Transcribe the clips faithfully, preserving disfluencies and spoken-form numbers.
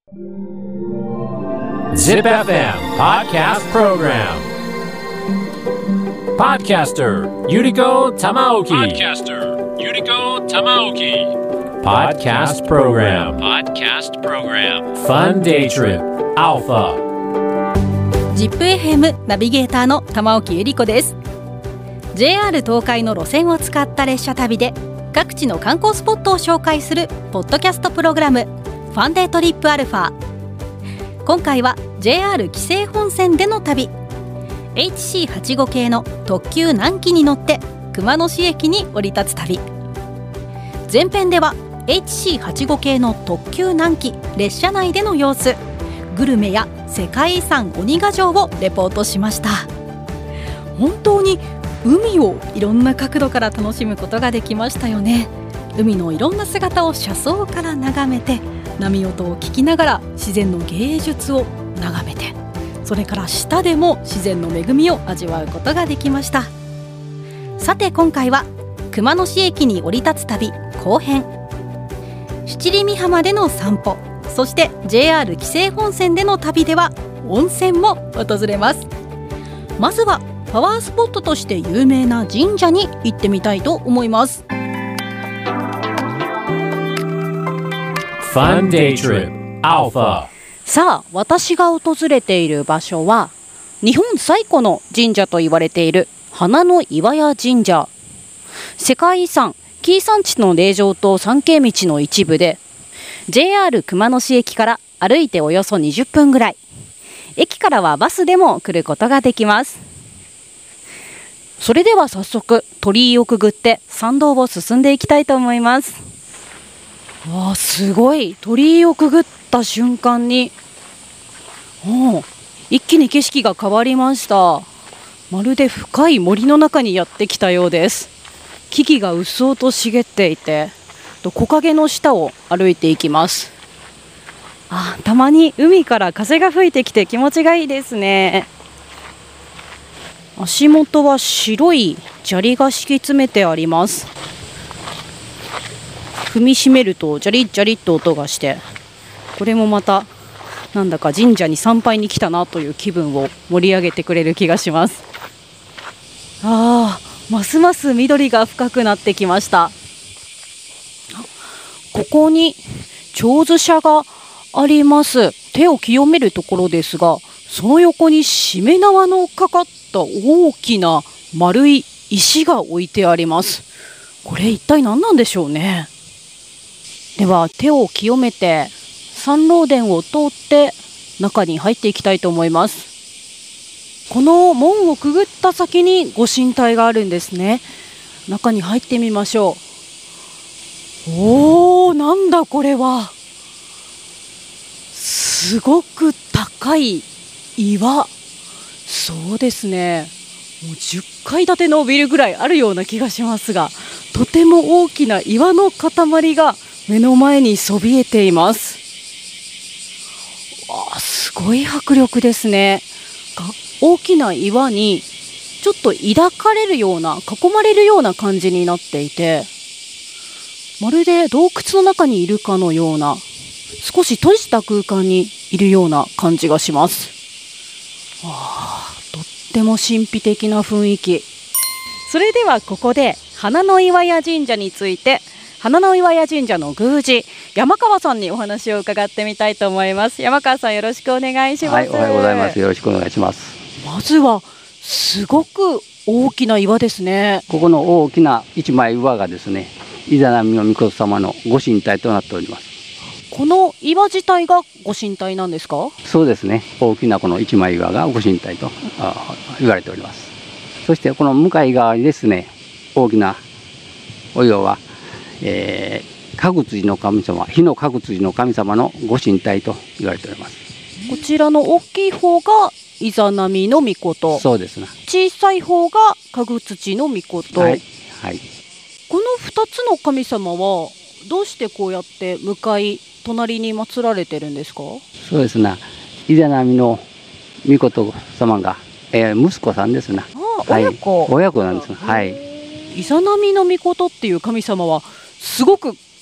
Zip エフエム Podcast Program Podcaster Yuriko Tamaoki Podcaster Yuriko Tamaoki Podcast Program Podcast Program Fun Day Trip Alpha ジップ エフエム ナビゲーターの玉置ゆり子です。 ジェイアール 東海の路線を使った列車旅で各地の観光スポットを紹介するポッドキャストプログラムファンデートリップアルファ。今回は ジェイアール 紀勢本線での旅、 エイチシーはちじゅうご 系の特急南紀に乗って熊野市駅に降り立つ旅。前編では エイチシーはちじゅうご 系の特急南紀列車内での様子、グルメや世界遺産鬼ヶ城をレポートしました。本当に海をいろんな角度から楽しむことができましたよね。海のいろんな姿を車窓から眺めて、波音を聞きながら自然の芸術を眺めて、それから下でも自然の恵みを味わうことができました。さて今回は熊野市駅に降り立つ旅後編、七里美浜での散歩、そして ジェイアール 紀勢本線での旅では温泉も訪れます。まずはパワースポットとして有名な神社に行ってみたいと思います。 Fun Day Trip Alpha。 さあ、私が訪れている場所は日本最古の神社と言われている花の岩屋神社。世界遺産紀伊山地の霊場と参詣道の一部で ジェイアール 熊野市駅から歩いておよそにじゅっぷんぐらい、駅からはバスでも来ることができます。それでは早速鳥居をくぐって参道を進んでいきたいと思います。わあ、すごい。鳥居をくぐった瞬間にお一気に景色が変わりました。まるで深い森の中にやってきたようです。木々がうっそうと茂っていて、木陰の下を歩いていきます。あ、たまに海から風が吹いてきて気持ちがいいですね。足元は白い砂利が敷き詰めてあります。踏みしめるとジャリッジャリッと音がして、これもまたなんだか神社に参拝に来たなという気分を盛り上げてくれる気がします。あー、ますます緑が深くなってきました。ここに手水舎があります。手を清めるところですが、その横にしめ縄のかかった大きな丸い石が置いてあります。これ一体何なんでしょうね。では手を清めて参籠殿を通って中に入っていきたいと思います。この門をくぐった先にご神体があるんですね。中に入ってみましょう。おー、なんだこれは。すごく高い岩。そうですね、もうじゅっかい建てのビルぐらいあるような気がしますが、とても大きな岩の塊が目の前にそびえています。わあ、すごい迫力ですね。大きな岩にちょっと抱かれるような、囲まれるような感じになっていて、まるで洞窟の中にいるかのような、少し閉じた空間にいるような感じがします。わあ、とっても神秘的な雰囲気。それではここで花の岩屋神社について、花の岩屋神社の宮司山川さんにお話を伺ってみたいと思います。山川さん、よろしくお願いします。 はい、おはようございます。よろしくお願いします。 まずはすごく大きな岩ですね。 ここの大きな一枚岩がですね、イザナミの御様のご神体となっております。 この岩自体がご神体なんですか？ そうですね、大きなこの一枚岩がご神体と言われております。そしてこの向かい側にですね、大きなお岩は、えー、かぐつじの神様、火のかぐつじの神様のご神体と言われております。 こちらの大きい方がイザナミの御事。 そうですね。 小さい方がかぐつじの御事。はい、 はい。 このふたつの神様はどうしてこうやって向かい隣に祀られてるんですか？ そうですね、イザナミの御事様が、えー、息子さんですね。 あ、親子、 はい、親子なんですね。はい。 イザナミの御事っていう神様はすごく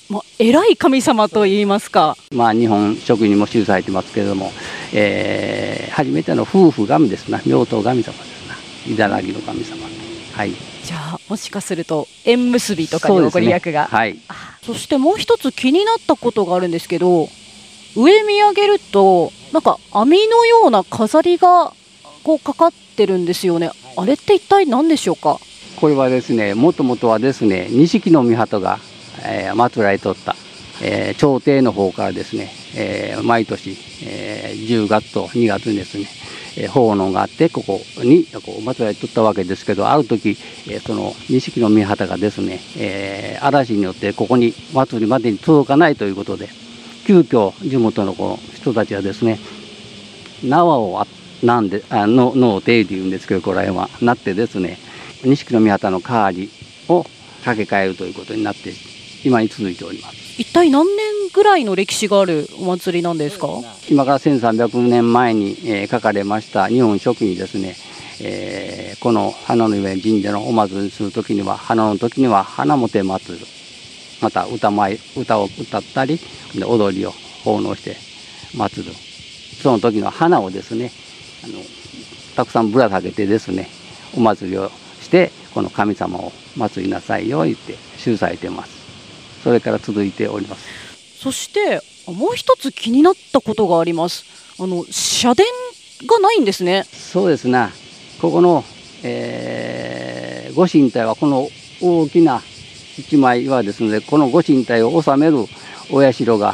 まあ、偉い神様といいますか、 まあ、日本書紀にも記されてますけれども、えー、初めての夫婦神ですな、妙頭神様ですな、いだらぎの神様。はい、 じゃあもしかすると縁結びとかにもご利益が。 そ, ねはい、 そしてもう一つ気になったことがあるんですけど、上見上げるとなんか網のような飾りがこうかかってるんですよね。あれって一体何でしょうか？ これはですね、もともとはですね、錦の御旗が、えー、祀られとった、えー、朝廷の方からですね、えー、毎年、えー、じゅうがつとにがつにですね、えー、奉納があってここにこう祀られとったわけですけど、ある時、えー、その錦の御旗がですね、えー、嵐によってここに祭りまでに届かないということで、急遽地元のこう人たちはですね、縄をなんであのの手っていうんですけど、これはなってですね、錦の御旗の代わりを掛け替えるということになって今に続いております。 一体何年ぐらいの歴史があるお祭りなんですか？ 今からせんさんびゃくねんまえに、えー、書かれました日本書紀にですね、えー、この花の上神社のお祭りにするときには、花の時には花もて祭る、また歌舞歌を歌ったりで踊りを奉納して祭る、その時の花をですね、あのたくさんぶら下げてですね、お祭りをしてこの神様を祭りなさいよ言って記されています。それから続いております。 そしてもう一つ気になったことがあります。あの社殿がないんですね。 そうですな、ここの、えー、ご神体はこの大きな一枚岩ですので、このご神体を収めるお社が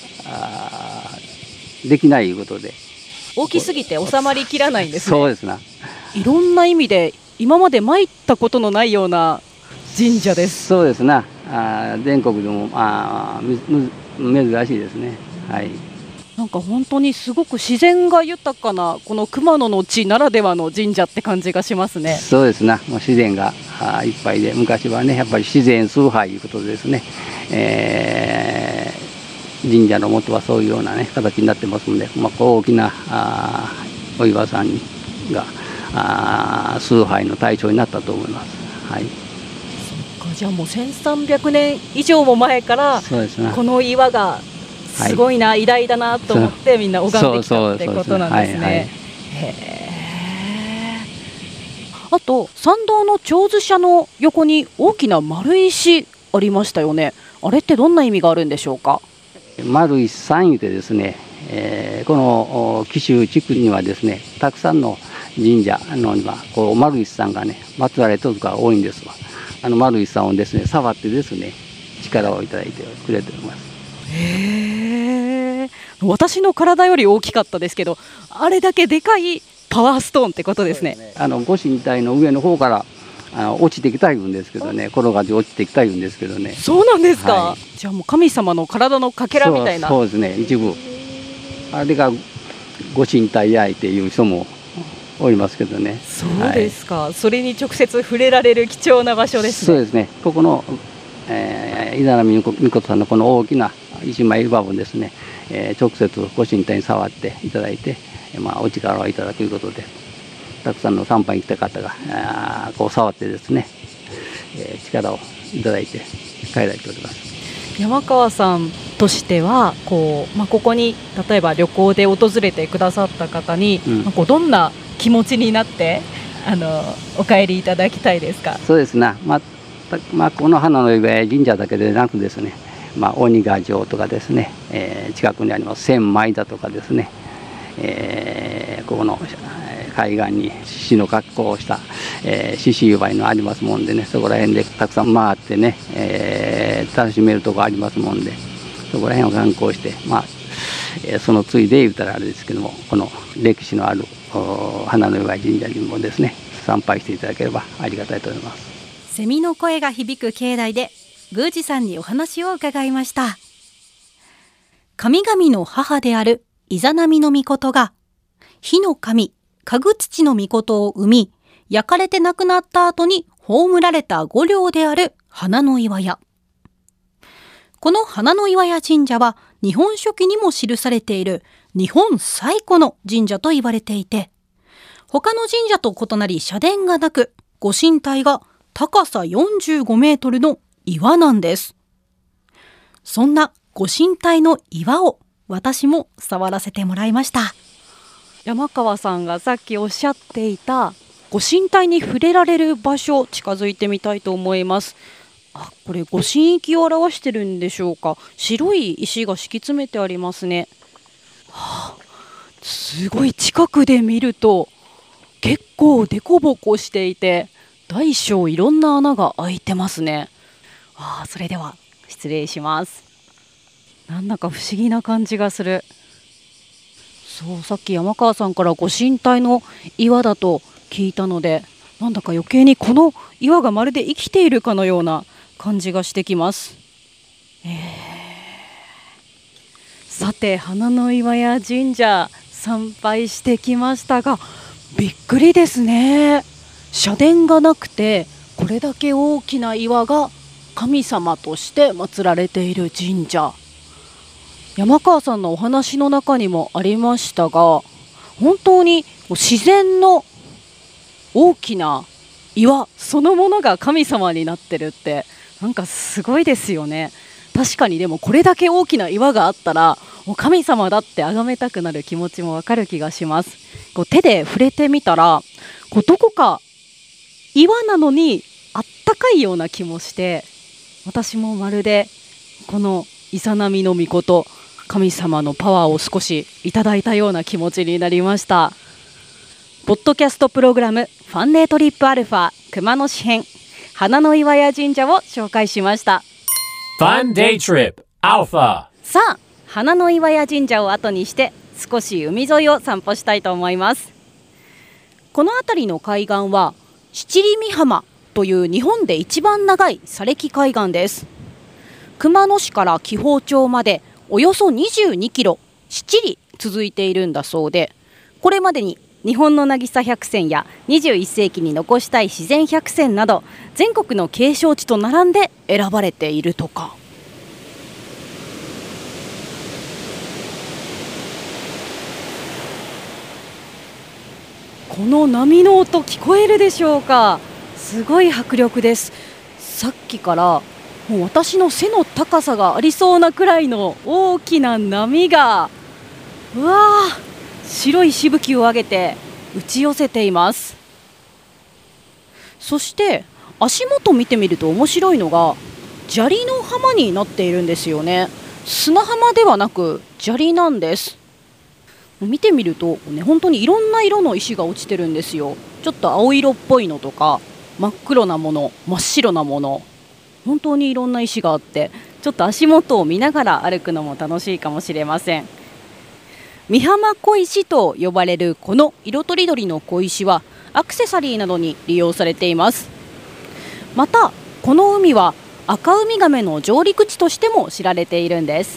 できないということで、 大きすぎて収まりきらないんですね。 そうですな。 いろんな意味で今まで参ったことのないような神社です。 そうですな、あ全国でもあむむ珍しいですね。はい、 なんか本当にすごく自然が豊かなこの熊野の地ならではの神社って感じがしますね。 そうですな、もう自然があいっぱいで、昔はねやっぱり自然崇拝ということでですね、えー、神社の元はそういうような、ね、形になってますので、まあ、大きなあお岩さんがあ崇拝の対象になったと思います。はい、 そっか、じゃあもうせんさんびゃくねん以上も前からこの岩がすごいな、はい、偉大だなと思ってみんな拝んできたってことなんですね。あと参道の手水舎の横に大きな丸石ありましたよね。あれってどんな意味があるんでしょうか？ 丸石さんいうてですね、えー、この紀州地区にはですね、たくさんの神社のにはこう丸石さんがね祀られているのが多いんですわ。あの丸石さんをですね触ってですね力をいただいてくれております。 へー、私の体より大きかったですけど、あれだけでかいパワーストーンってことですね。 あのご神体の上の方からあの落ちてきたいうんですけどね、転がって落ちてきたいうんですけどね。 そうなんですか、 はい、 じゃあもう神様の体のかけらみたいな。 そう、そうですね、一部あれがご神体やいていう人もおりますけどね。 そうですか、はい、それに直接触れられる貴重な場所ですね。 そうですね、ここの、えー、伊那波美琴さんのこの大きな一枚岩をですね、えー、直接ご神体に触っていただいて、まあ、お力をいただくということで、たくさんの参拝に来た方があこう触ってですね、えー、力をいただいて帰られております。 山川さんとしてはこう、まあ、ここに例えば旅行で訪れてくださった方に、うん、まあ、こうどんな気持ちになってあのお帰りいただきたいですか？ そうですね、まあまあ、この花の岩神社だけでなくですね、まあ、鬼ヶ城とかですね、えー、近くにあります千枚田とかですね、えー、ここの海岸に獅子の格好をした獅子祝いのありますもんでね、そこら辺でたくさん回ってね、えー、楽しめるとこありますもんで、そこら辺を観光して、まあえー、そのついで言うたらあれですけども、この歴史のある花の岩神社にもですね参拝していただければありがたいと思います。 セミの声が響く境内で宮司さんにお話を伺いました。神々の母であるイザナミの命が火の神かぐつちの命を生み、焼かれて亡くなった後に葬られた御陵である花の岩屋。この花の岩屋神社は日本書紀にも記されている日本最古の神社と言われていて、他の神社と異なり社殿がなく、ご神体が高さよんじゅうごメートルの岩なんです。 そんなご神体の岩を私も触らせてもらいました。 山川さんがさっきおっしゃっていたご神体に触れられる場所、近づいてみたいと思います。あ、これご神域を表してるんでしょうか。白い石が敷き詰めてありますね。はあ、すごい近くで見ると結構デコボコしていて、大小いろんな穴が開いてますね。あ、それでは失礼します。なんだか不思議な感じがする。そう、さっき山川さんからご神体の岩だと聞いたので、なんだか余計にこの岩がまるで生きているかのような感じがしてきます。えー、さて、花の岩屋神社参拝してきましたが、びっくりですね。社殿がなくて、これだけ大きな岩が神様として祀られている神社。山川さんのお話の中にもありましたが、本当に自然の大きな岩そのものが神様になってるって、なんかすごいですよね。確かに、でもこれだけ大きな岩があったらもう神様だって崇めたくなる気持ちもわかる気がします。こう手で触れてみたら、こうどこか岩なのにあったかいような気もして、私もまるでこのイザナミの御事、神様のパワーを少しいただいたような気持ちになりました。ポッドキャストプログラムファンデートリップアルファ熊野市編、花の岩屋神社を紹介しました。 Fun Day Trip Alpha。 さあ、花の岩屋神社を後にして少し海沿いを散歩したいと思います。この辺りの海岸は七里美浜という日本で一番長い砂礫海岸です。熊野市から紀宝町までおよそにじゅうにキロ七里続いているんだそうで、これまでに日本の渚百選やにじゅういっ世紀に残したい自然百選など全国の景勝地と並んで選ばれているとか。この波の音聞こえるでしょうか。すごい迫力です。さっきからもう私の背の高さがありそうなくらいの大きな波が、うわー、白いしぶきを上げて打ち寄せています。そして足元見てみると面白いのが、砂利の浜になっているんですよね。砂浜ではなく砂利なんです。見てみると、ね、本当にいろんな色の石が落ちてるんですよ。ちょっと青色っぽいのとか真っ黒なもの、真っ白なもの、本当にいろんな石があって、ちょっと足元を見ながら歩くのも楽しいかもしれません。美浜小石と呼ばれるこの色とりどりの小石はアクセサリーなどに利用されています。またこの海は赤ウミガメの上陸地としても知られているんです。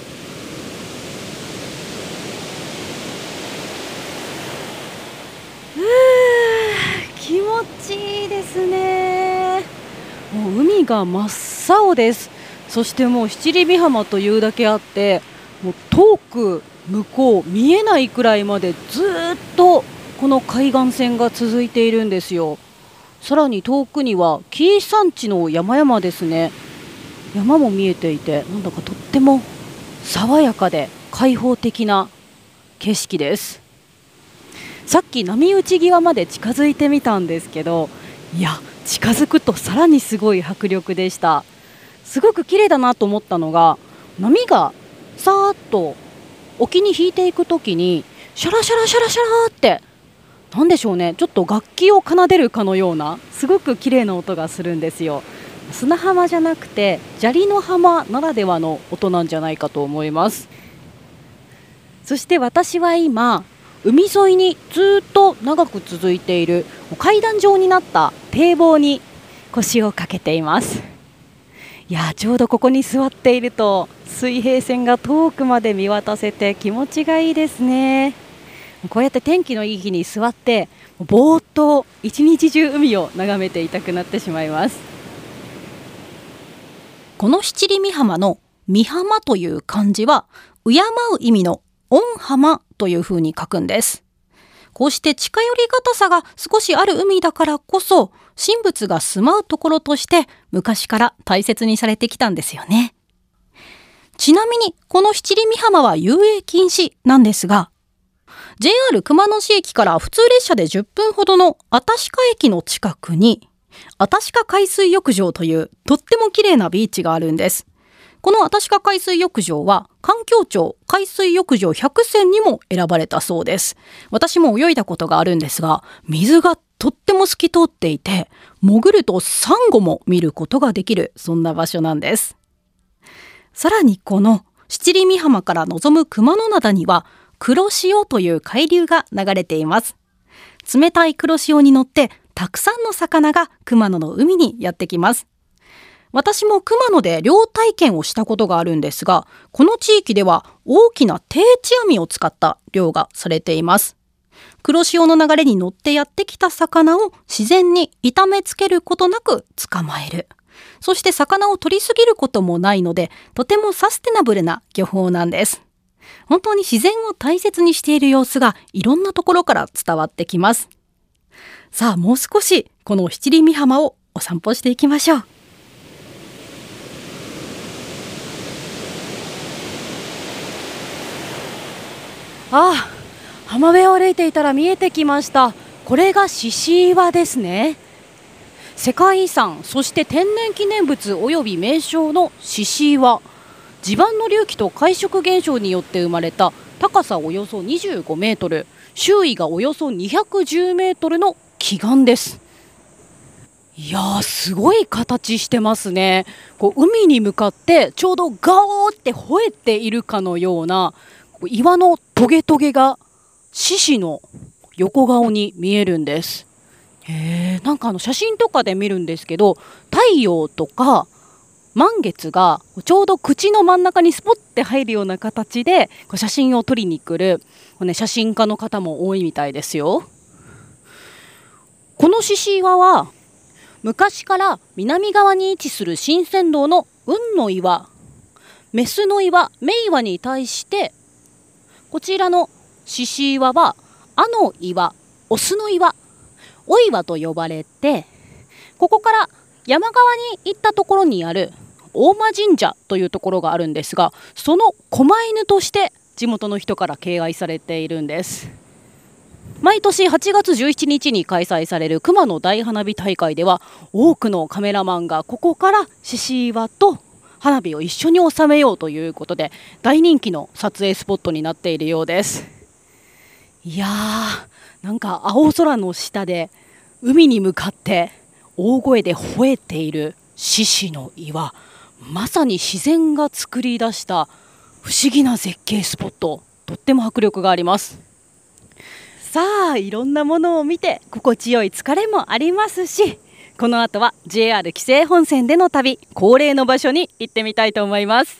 うー、気持ちいいですね。もう海が真っ青です。そしてもう七里美浜というだけあって、もう遠く向こう見えないくらいまでずっとこの海岸線が続いているんですよ。さらに遠くには紀伊山地の山々ですね。山も見えていて、なんだかとっても爽やかで開放的な景色です。さっき波打ち際まで近づいてみたんですけど、いや、近づくとさらにすごい迫力でした。すごく綺麗だなと思ったのが、波がさーっと沖に引いていくときにシャラシャラシャラシャラって、なんでしょうね、ちょっと楽器を奏でるかのようなすごく綺麗な音がするんですよ。砂浜じゃなくて砂利の浜ならではの音なんじゃないかと思います。そして私は今、海沿いにずっと長く続いている階段状になった堤防に腰をかけています。いや、ちょうどここに座っていると水平線が遠くまで見渡せて気持ちがいいですね。こうやって天気のいい日に座ってぼーっと一日中海を眺めていたくなってしまいます。 この七里美浜の美浜という漢字は敬う意味の御浜という風に書くんです。こうして近寄りがたさが少しある海だからこそ、神仏が住まうところとして昔から大切にされてきたんですよね。 ちなみにこの七里美浜は遊泳禁止なんですが、ジェイアール 熊野市駅から普通列車でじゅっぷんほどの新鹿駅の近くに新鹿海水浴場というとっても綺麗なビーチがあるんです。この新鹿海水浴場は環境庁海水浴場ひゃく選にも選ばれたそうです。私も泳いだことがあるんですが、水がとっても透き通っていて、潜るとサンゴも見ることができる、そんな場所なんです。さらにこの七里美浜から望む熊野灘には黒潮という海流が流れています。冷たい黒潮に乗ってたくさんの魚が熊野の海にやってきます。私も熊野で漁体験をしたことがあるんですが、この地域では大きな定置網を使った漁がされています。黒潮の流れに乗ってやってきた魚を自然に痛めつけることなく捕まえる。そして魚を取りすぎることもないので、とてもサステナブルな漁法なんです。本当に自然を大切にしている様子がいろんなところから伝わってきます。さあ、もう少しこの七里美浜をお散歩していきましょう。 ああ、浜辺を歩いていたら見えてきました。これが獅子岩ですね。世界遺産、そして天然記念物および名勝の獅子岩。地盤の隆起と海食現象によって生まれた高さおよそにじゅうごメートル、周囲がおよそにひゃくじゅうメートルの奇岩です。いやー、すごい形してますね。こう海に向かってちょうどガオーって吠えているかのような岩のトゲトゲが獅子の横顔に見えるんです。へー、なんかあの写真とかで見るんですけど、太陽とか満月がちょうど口の真ん中にスポッて入るような形で写真を撮りに来る、ね、写真家の方も多いみたいですよ。この獅子岩は昔から南側に位置する新仙道の雲の岩、メスの岩、メイ岩に対して、こちらの獅子岩はアの岩、オスの岩、お岩と呼ばれて、ここから山側に行ったところにある大間神社というところがあるんですが、その狛犬として地元の人から敬愛されているんです。毎年はちがつじゅうしちにちに開催される熊野大花火大会では、多くのカメラマンがここから獅子岩と花火を一緒に収めようということで大人気の撮影スポットになっているようです。いやー、なんか青空の下で海に向かって大声で吠えている獅子の岩、まさに自然が作り出した不思議な絶景スポット、とっても迫力があります。さあ、いろんなものを見て心地よい疲れもありますし、この後は ジェイアール 紀勢本線での旅、恒例の場所に行ってみたいと思います。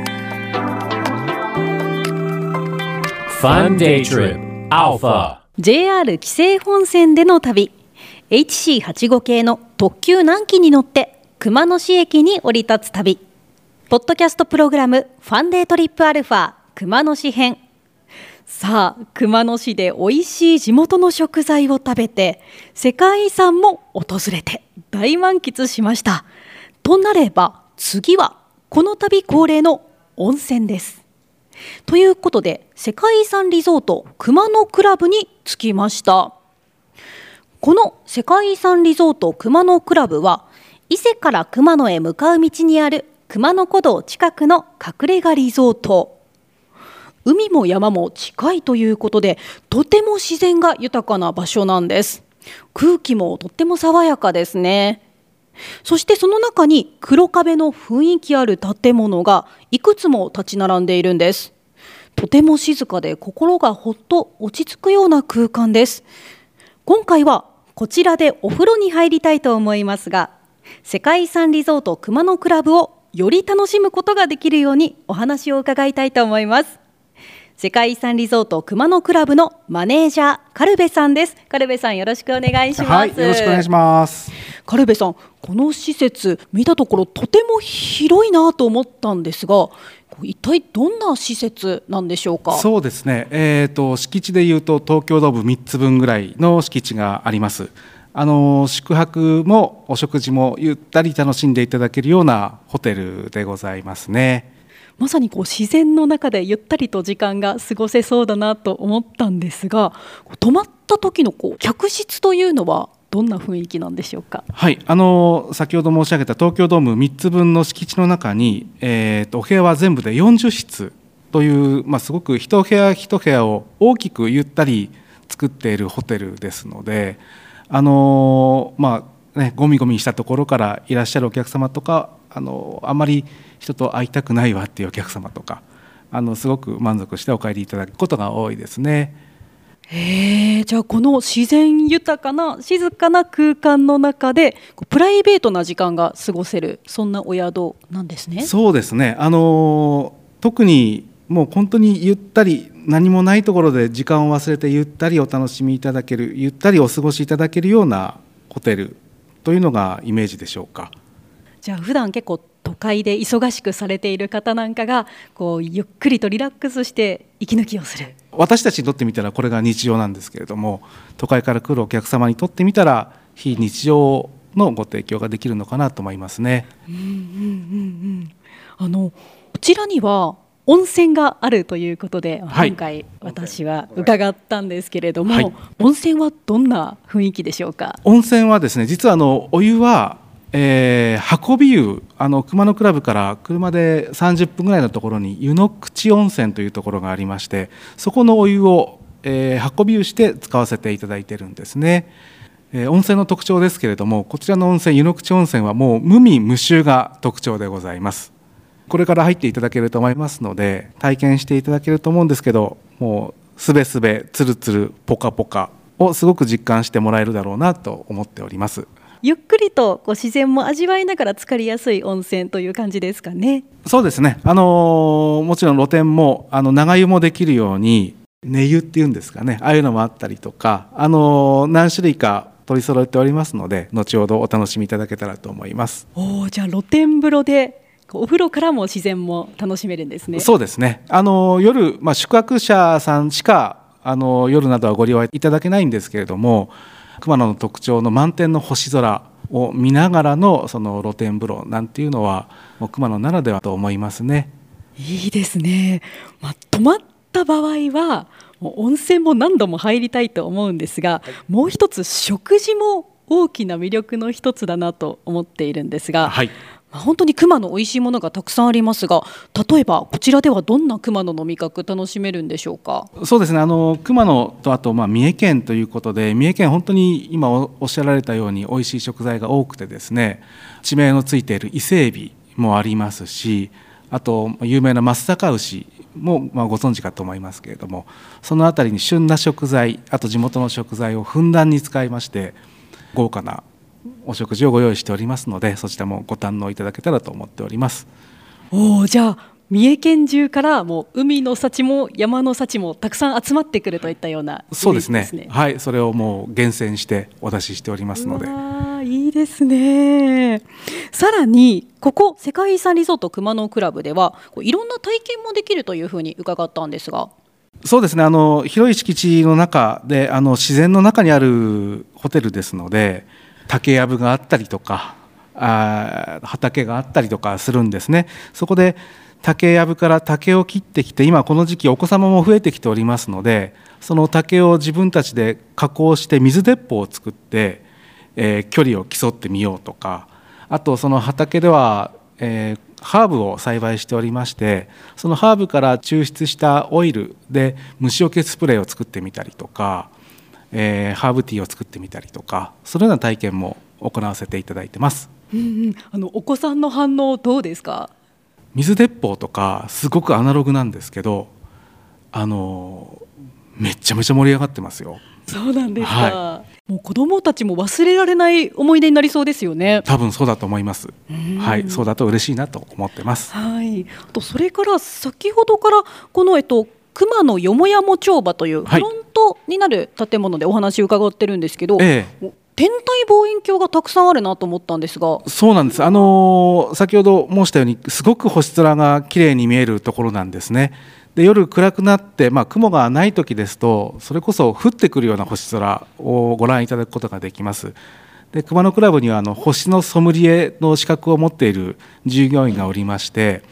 Fun Day Trip Alpha ジェイアール 紀勢本線での旅、 エイチシーはちじゅうご 系の特急南紀に乗って熊野市駅に降り立つ旅、ポッドキャストプログラムファンデートリップアルファ熊野市編。さあ、熊野市で美味しい地元の食材を食べて、世界遺産も訪れて大満喫しました。となれば次はこの旅恒例の温泉です。ということで、世界遺産リゾート熊野クラブに着きました。この世界遺産リゾート熊野クラブは、伊勢から熊野へ向かう道にある熊野古道近くの隠れ家リゾート。海も山も近いということで、とても自然が豊かな場所なんです。空気もとっても爽やかですね。そしてその中に黒壁の雰囲気ある建物がいくつも立ち並んでいるんです。とても静かで心がほっと落ち着くような空間です。今回はこちらでお風呂に入りたいと思いますが、世界遺産リゾート熊野クラブをより楽しむことができるようにお話を伺いたいと思います。世界遺産リゾート熊野クラブのマネージャーカルベさんです。カルベさん、よろしくお願いします。 はい、よろしくお願いします。 カルベさん、この施設見たところとても広いなと思ったんですが、一体どんな施設なんでしょうか。 そうですね、えーと、敷地でいうと東京ドームみっつぶんぐらいの敷地があります。あの宿泊もお食事もゆったり楽しんでいただけるようなホテルでございますね。 まさにこう自然の中でゆったりと時間が過ごせそうだなと思ったんですが、泊まった時のこう客室というのはどんな雰囲気なんでしょうか。 はい、あの先ほど申し上げた東京ドームみっつぶんの敷地の中に、えー、とお部屋は全部でよんじゅっしつという、まあ、すごく一部屋一部屋を大きくゆったり作っているホテルですので、あのまあね、ゴミゴミしたところからいらっしゃるお客様とか、あのあまり人と会いたくないわっていうお客様とか、あのすごく満足してお帰りいただくことが多いですね。 へー、じゃあこの自然豊かな静かな空間の中でプライベートな時間が過ごせる、そんなお宿なんですね。 そうですね、あの特にもう本当にゆったり、何もないところで時間を忘れてゆったりお楽しみいただける、ゆったりお過ごしいただけるようなホテルというのがイメージでしょうか。 じゃあ普段結構都会で忙しくされている方なんかがこうゆっくりとリラックスして息抜きをする、 私たちにとってみたらこれが日常なんですけれども、都会から来るお客様にとってみたら非日常のご提供ができるのかなと思いますね。 うんうんうんうん、あのこちらには温泉があるということで、はい、今回私は伺ったんですけれども、はい、温泉はどんな雰囲気でしょうか。 温泉はですね、実はあのお湯は、えー、運び湯、あの熊野クラブから車でさんじゅっぷんぐらいのところに湯の口温泉というところがありまして、そこのお湯を、えー、運び湯して使わせていただいているんですね。えー、温泉の特徴ですけれども、こちらの温泉湯の口温泉はもう無味無臭が特徴でございます。これから入っていただけると思いますので、体験していただけると思うんですけど、もうすべすべつるつるポカポカをすごく実感してもらえるだろうなと思っております。 ゆっくりとこう自然も味わいながら浸かりやすい温泉という感じですかね。 そうですね、あのー、もちろん露天もあの長湯もできるように寝湯っていうんですかね、ああいうのもあったりとか、あのー、何種類か取り揃えておりますので、後ほどお楽しみいただけたらと思います。 おー、じゃあ露天風呂でお風呂からも自然も楽しめるんですね。 そうですね、あの夜、まあ、宿泊者さんしかあの夜などはご利用いただけないんですけれども、熊野の特徴の満天の星空を見ながらのその露天風呂なんていうのはもう熊野ならではと思いますね。 いいですね、まあ、泊まった場合はもう温泉も何度も入りたいと思うんですが、はい、もう一つ食事も大きな魅力の一つだなと思っているんですが、はい、本当に熊野美味しいものがたくさんありますが、例えばこちらではどんな熊野の味覚楽しめるんでしょうか。 そうですね、あの熊野とあとまあ三重県ということで、三重県本当に今おっしゃられたように美味しい食材が多くてですね、地名のついている伊勢海老もありますし、あと有名な松阪牛もまあご存知かと思いますけれども、そのあたりに旬な食材、あと地元の食材をふんだんに使いまして豪華なお食事をご用意しておりますので、そちらもご堪能いただけたらと思っております。 おー、じゃあ三重県中からもう海の幸も山の幸もたくさん集まってくるといったようなイメージですね。 そうですね、はい、それをもう厳選してお出ししておりますので。 うわ、いいですね。さらにここ世界遺産リゾート熊野クラブではいろんな体験もできるというふうに伺ったんですが。 そうですね、あの広い敷地の中であの自然の中にあるホテルですので、竹やぶがあったりとかあ畑があったりとかするんですね。そこで竹やぶから竹を切ってきて、今この時期お子様も増えてきておりますので、その竹を自分たちで加工して水鉄砲を作って、えー、距離を競ってみようとか、あとその畑では、えー、ハーブを栽培しておりまして、そのハーブから抽出したオイルで虫除けスプレーを作ってみたりとか、えー、ハーブティーを作ってみたりとか、そのような体験も行わせていただいてます。 うんうん、あのお子さんの反応どうですか。 水鉄砲とかすごくアナログなんですけど、あのめちゃめちゃ盛り上がってますよ。 そうなんですか、はい、もう子どもたちも忘れられない思い出になりそうですよね。 多分そうだと思います。はい、そうだと嬉しいなと思ってます。 はい、あとそれから先ほどからこの、えっと、熊野よもやも帳場というフロントになる建物でお話を伺ってるんですけど、ええ、天体望遠鏡がたくさんあるなと思ったんですが。 そうなんです、あのー、先ほど申したようにすごく星空が綺麗に見えるところなんですね。で夜暗くなって、まあ、雲がない時ですとそれこそ降ってくるような星空をご覧いただくことができます。で熊野クラブにはあの星のソムリエの資格を持っている従業員がおりまして、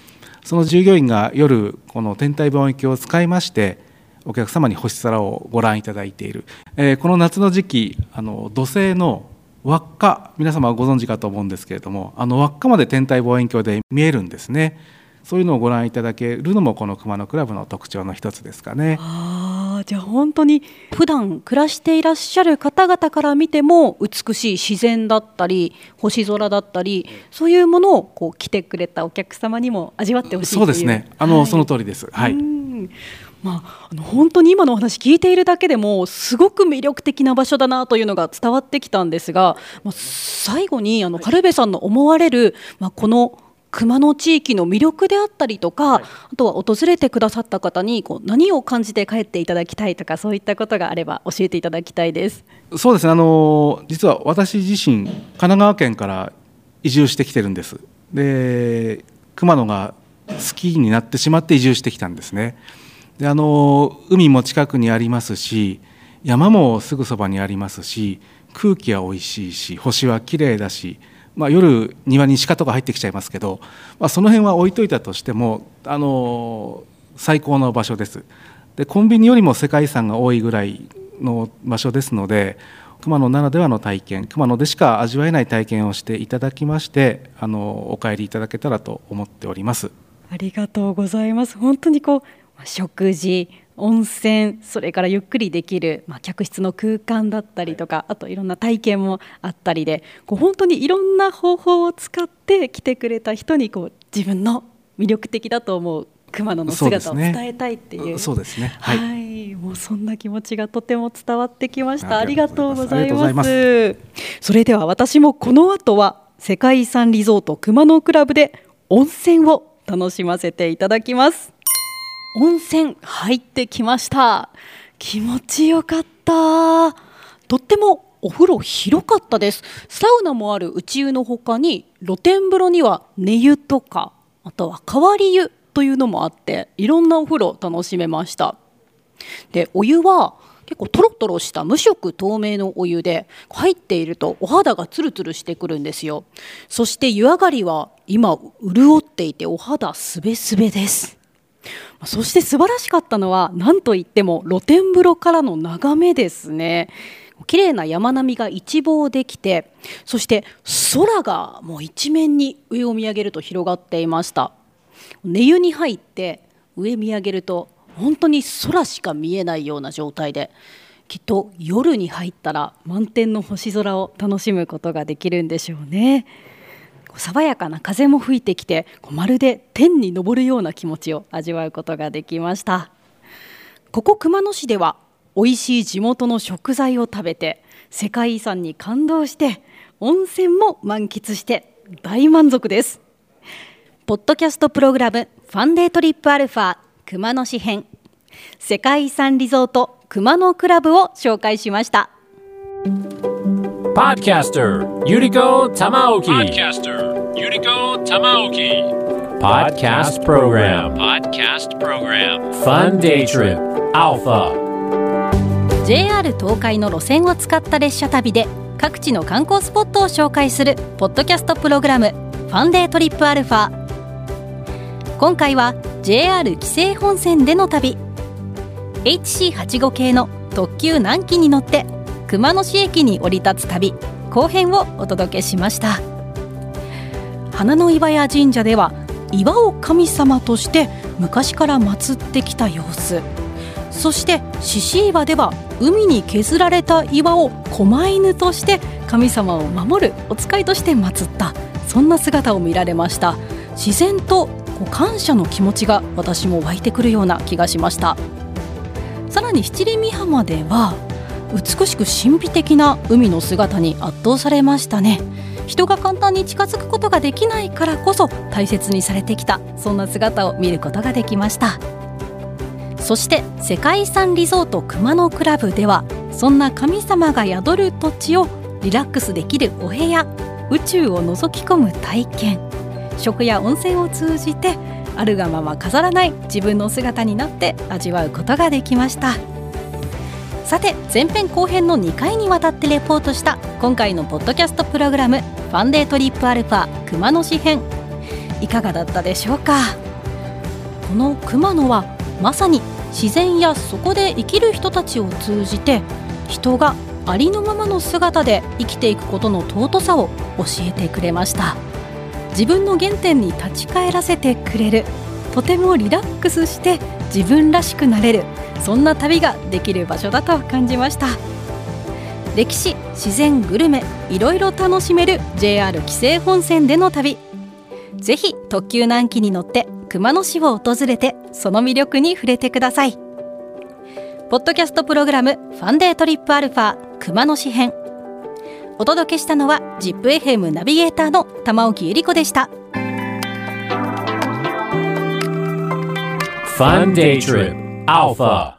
その従業員が夜この天体望遠鏡を使いましてお客様に星空をご覧いただいている、えー、この夏の時期あの土星の輪っか、皆様はご存知かと思うんですけれども、あの輪っかまで天体望遠鏡で見えるんですね。そういうのをご覧いただけるのもこの熊野クラブの特徴の一つですかね。 あじゃあ本当に普段暮らしていらっしゃる方々から見ても美しい自然だったり星空だったり、そういうものをこう来てくれたお客様にも味わってほしいという。 そうですね、あの、はい、その通りです。はい、 うんまあ、あの本当に今のお話聞いているだけでもすごく魅力的な場所だなというのが伝わってきたんですが、まあ、最後にあの軽部さんの思われる、まあ、この熊野地域の魅力であったりとか、はい、あとは訪れてくださった方にこう何を感じて帰っていただきたいとか、そういったことがあれば教えていただきたいです。 そうですね、あの実は私自身神奈川県から移住してきてるんです。で熊野が好きになってしまって移住してきたんですね。であの海も近くにありますし、山もすぐそばにありますし、空気はおいしいし、星はきれいだし、まあ、夜庭に鹿とか入ってきちゃいますけど、まあ、その辺は置いといたとしてもあの最高の場所です。でコンビニよりも世界遺産が多いぐらいの場所ですので、熊野ならではの体験、熊野でしか味わえない体験をしていただきまして、あのお帰りいただけたらと思っております。 ありがとうございます。本当にこう食事、温泉、それからゆっくりできる、まあ、客室の空間だったりとか、あといろんな体験もあったりで、こう本当にいろんな方法を使って来てくれた人にこう自分の魅力的だと思う熊野の姿を伝えたいっていう、 そうですね、はい、 はい、もうそんな気持ちがとても伝わってきました。ありがとうございます。それでは私もこの後は世界遺産リゾート熊野クラブで温泉を楽しませていただきます。温泉入ってきました。気持ちよかった。とってもお風呂広かったです。サウナもある内湯の他に露天風呂には寝湯とか、あとは変わり湯というのもあって、いろんなお風呂楽しめました。でお湯は結構トロトロした無色透明のお湯で、入っているとお肌がツルツルしてくるんですよ。そして湯上がりは今潤っていてお肌すべすべです。そして素晴らしかったのは何といっても露天風呂からの眺めですね。綺麗な山並みが一望できて、そして空がもう一面に上を見上げると広がっていました。寝湯に入って上見上げると本当に空しか見えないような状態で、きっと夜に入ったら満天の星空を楽しむことができるんでしょうね。爽やかな風も吹いてきて、まるで天に昇るような気持ちを味わうことができました。ここ熊野市では美味しい地元の食材を食べて、世界遺産に感動して、温泉も満喫して大満足です。ポッドキャストプログラムファンデートリップアルファ熊野市編、世界遺産リゾート熊野クラブを紹介しました。 Podcaster Yuriko Tamaoki. Podcaster Yuriko Tamaoki. Podcast program. Podcast program. Fun day trip Alpha. ジェイアール 東海の路線を使った列車旅で各地の観光スポットを紹介するポッドキャストプログラムファンデートリップアルファ。今回は ジェイアール 紀勢本線での旅。 エイチシーはちじゅうご 系の特急南紀に乗って熊野市駅に降り立つ旅後編をお届けしました。花の岩屋神社では岩を神様として昔から祀ってきた様子、そして獅子岩では海に削られた岩を狛犬として神様を守るお使いとして祀った、そんな姿を見られました。自然とこう感謝の気持ちが私も湧いてくるような気がしました。さらに七里美浜では美しく神秘的な海の姿に圧倒されましたね。人が簡単に近づくことができないからこそ大切にされてきた、そんな姿を見ることができました。そして世界遺産リゾート熊野クラブでは、そんな神様が宿る土地をリラックスできるお部屋、宇宙を覗き込む体験、食や温泉を通じてあるがまま飾らない自分の姿になって味わうことができました。さて前編後編のにかいにわたってレポートした今回のポッドキャストプログラムファンデートリップアルファ熊野市編、いかがだったでしょうか。 この熊野はまさに自然やそこで生きる人たちを通じて、人がありのままの姿で生きていくことの尊さを教えてくれました。自分の原点に立ち返らせてくれる、とてもリラックスして自分らしくなれる、そんな旅ができる場所だと感じました。歴史、自然、グルメ、いろいろ楽しめる ジェイアール 紀勢本線での旅、ぜひ特急南紀に乗って熊野市を訪れて、その魅力に触れてください。ポッドキャストプログラムファンデートリップアルファ熊野市編、お届けしたのは ジップ エフエム ナビゲーターの玉置恵理子でした。 Fun Day Trip Alpha